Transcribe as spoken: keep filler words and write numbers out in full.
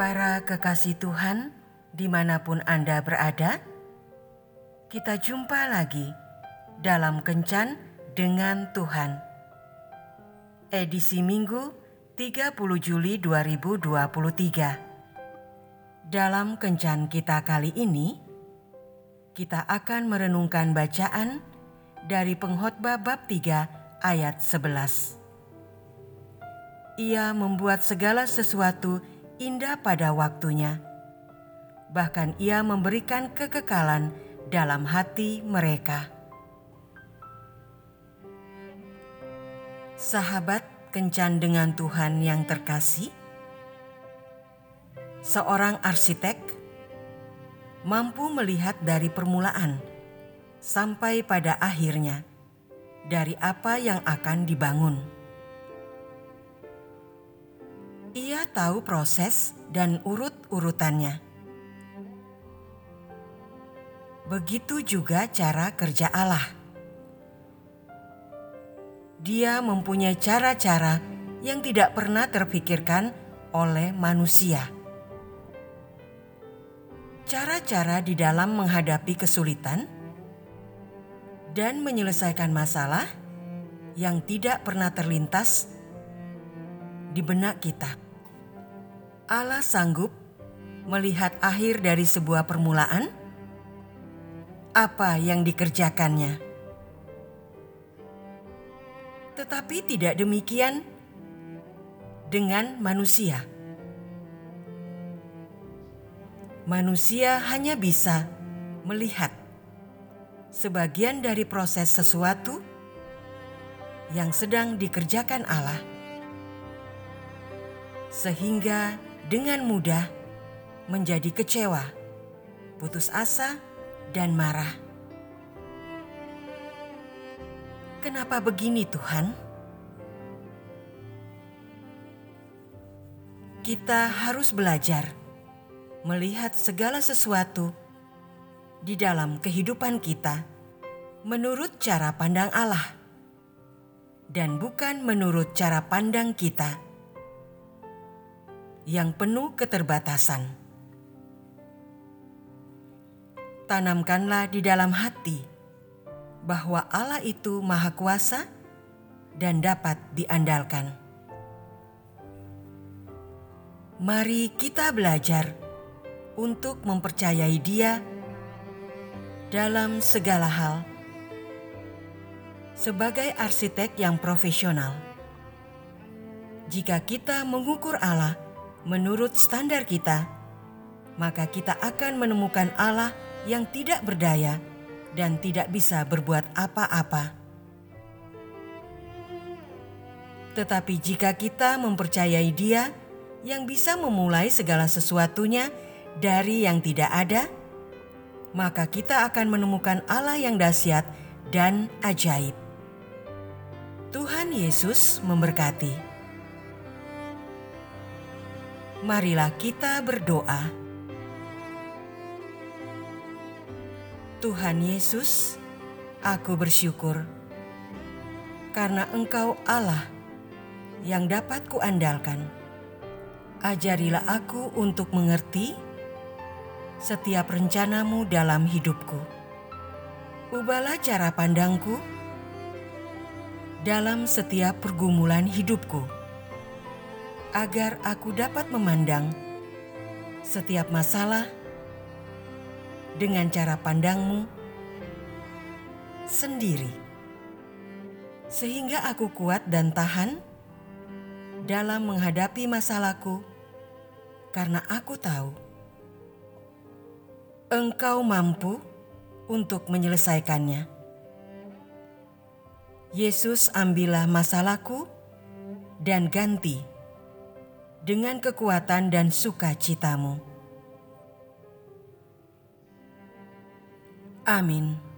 Para kekasih Tuhan, dimanapun Anda berada, kita jumpa lagi dalam Kencan dengan Tuhan. Edisi Minggu tiga puluh Juli dua ribu dua puluh tiga. Dalam Kencan kita kali ini, kita akan merenungkan bacaan dari Pengkhotbah bab tiga ayat sebelas. Ia membuat segala sesuatu indah pada waktunya. Bahkan ia memberikan kekekalan dalam hati mereka. Sahabat Kencan dengan Tuhan yang terkasih, seorang arsitek mampu melihat dari permulaan sampai pada akhirnya dari apa yang akan dibangun. Ia tahu proses dan urut-urutannya. Begitu juga cara kerja Allah. Dia mempunyai cara-cara yang tidak pernah terpikirkan oleh manusia. Cara-cara di dalam menghadapi kesulitan dan menyelesaikan masalah yang tidak pernah terlintas di benak kita. Allah sanggup melihat akhir dari sebuah permulaan, apa yang dikerjakannya. Tetapi tidak demikian dengan manusia. Manusia hanya bisa melihat sebagian dari proses sesuatu yang sedang dikerjakan Allah, sehingga dengan mudah menjadi kecewa, putus asa, dan marah. Kenapa begini, Tuhan? Kita harus belajar melihat segala sesuatu di dalam kehidupan kita menurut cara pandang Allah, dan bukan menurut cara pandang kita yang penuh keterbatasan. Tanamkanlah di dalam hati bahwa Allah itu Maha Kuasa dan dapat diandalkan. Mari kita belajar untuk mempercayai Dia dalam segala hal. Sebagai arsitek yang profesional, jika kita mengukur Allah menurut standar kita, maka kita akan menemukan Allah yang tidak berdaya dan tidak bisa berbuat apa-apa. Tetapi jika kita mempercayai Dia yang bisa memulai segala sesuatunya dari yang tidak ada, maka kita akan menemukan Allah yang dahsyat dan ajaib. Tuhan Yesus memberkati. Marilah kita berdoa. Tuhan Yesus, aku bersyukur karena Engkau Allah yang dapat kuandalkan. Ajarilah aku untuk mengerti setiap rencana-Mu dalam hidupku. Ubahlah cara pandangku dalam setiap pergumulan hidupku, agar aku dapat memandang setiap masalah dengan cara pandang-Mu sendiri, sehingga aku kuat dan tahan dalam menghadapi masalahku, karena aku tahu Engkau mampu untuk menyelesaikannya. Yesus, ambillah masalahku dan ganti dengan kekuatan dan sukacita-Mu. Amin.